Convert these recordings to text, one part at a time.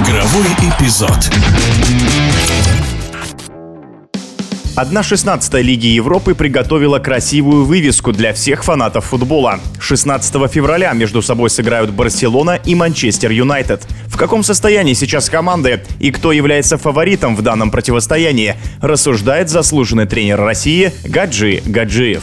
Игровой эпизод. 1/16 Лиги Европы приготовила красивую вывеску для всех фанатов футбола. 16 февраля между собой сыграют Барселона и Манчестер Юнайтед. В каком состоянии сейчас команды и кто является фаворитом в данном противостоянии, рассуждает заслуженный тренер России Гаджи Гаджиев.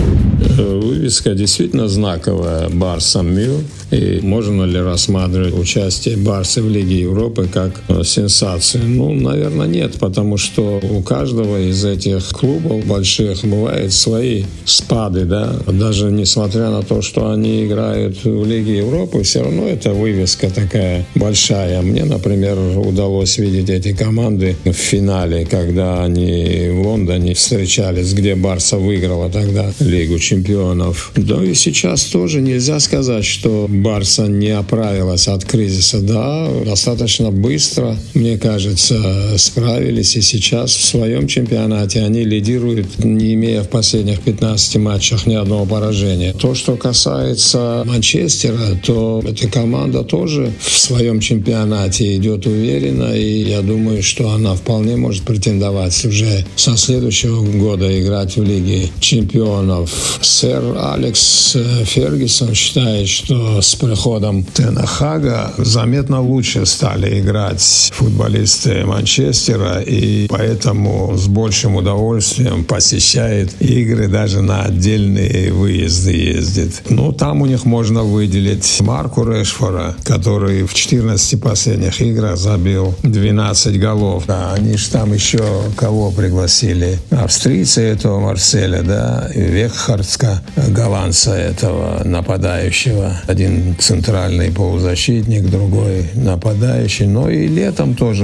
Вывеска действительно знаковая. Барса Мю. И можно ли рассматривать участие Барсы в Лиге Европы как сенсацию? Наверное, нет, потому что у каждого из этих клубов больших бывают свои спады, да. Даже несмотря на то, что они играют в Лиге Европы, все равно это вывеска такая большая. Мне, например, удалось видеть эти команды в финале, когда они в Лондоне встречались, где Барса выиграла тогда Лигу чемпионов. Да и сейчас тоже нельзя сказать, что Барса не оправилась от кризиса. Да, достаточно быстро, мне кажется, справились. И сейчас в своем чемпионате они лидируют, не имея в последних 15 матчах ни одного поражения. То, что касается Манчестера, то эта команда тоже в своем чемпионате идет уверенно. И я думаю, что она вполне может претендовать уже со следующего года играть в Лиге чемпионов. Сэр Алекс Фергюсон считает, что с приходом Тена Хага заметно лучше стали играть футболисты Манчестера, и поэтому с большим удовольствием посещает игры, даже на отдельные выезды ездит. Там у них можно выделить Марку Решфорда, который в 14 последних играх забил 12 голов. Они же там еще кого пригласили? Австрийца этого Марселя, да, Веххардска, голландца этого нападающего. Один центральный полузащитник, другой нападающий. И летом тоже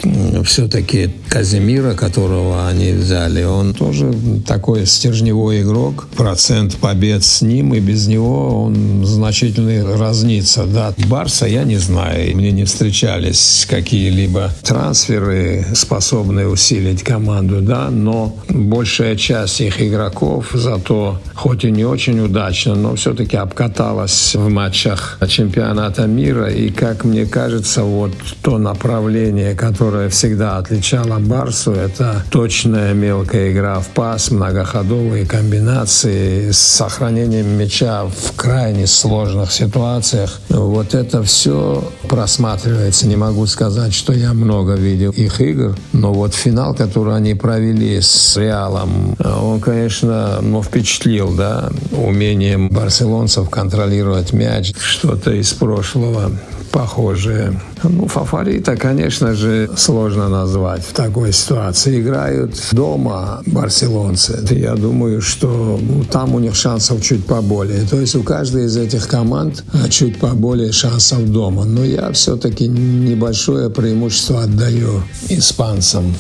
все-таки Казимира, которого они взяли, он тоже такой стержневой игрок. Процент побед с ним и без него он значительно разнится. Да, Барса я не знаю. Мне не встречались какие-либо трансферы, способные усилить команду, да, но большая часть их игроков зато, хоть и не очень удачно, но все-таки обкаталась в матчах чемпионата мира. И, как мне кажется, то направление, которое всегда отличало Барсу, это точная мелкая игра в пас, многоходовые комбинации с сохранением мяча в крайне сложных ситуациях. Это все просматривается. Не могу сказать, что я много видел их игр, но финал, который они провели с Реалом, он, конечно, впечатлил, да, умением барселонцев контролировать мяч, что-то из прошлого похожее. Фаворита, конечно же, сложно назвать в такой ситуации. Играют дома барселонцы. Я думаю, что там у них шансов чуть поболее. То есть у каждой из этих команд чуть поболее шансов дома. Но я все-таки небольшое преимущество отдаю испанцам.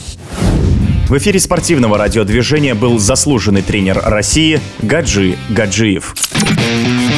В эфире спортивного радиодвижения был заслуженный тренер России Гаджи Гаджиев.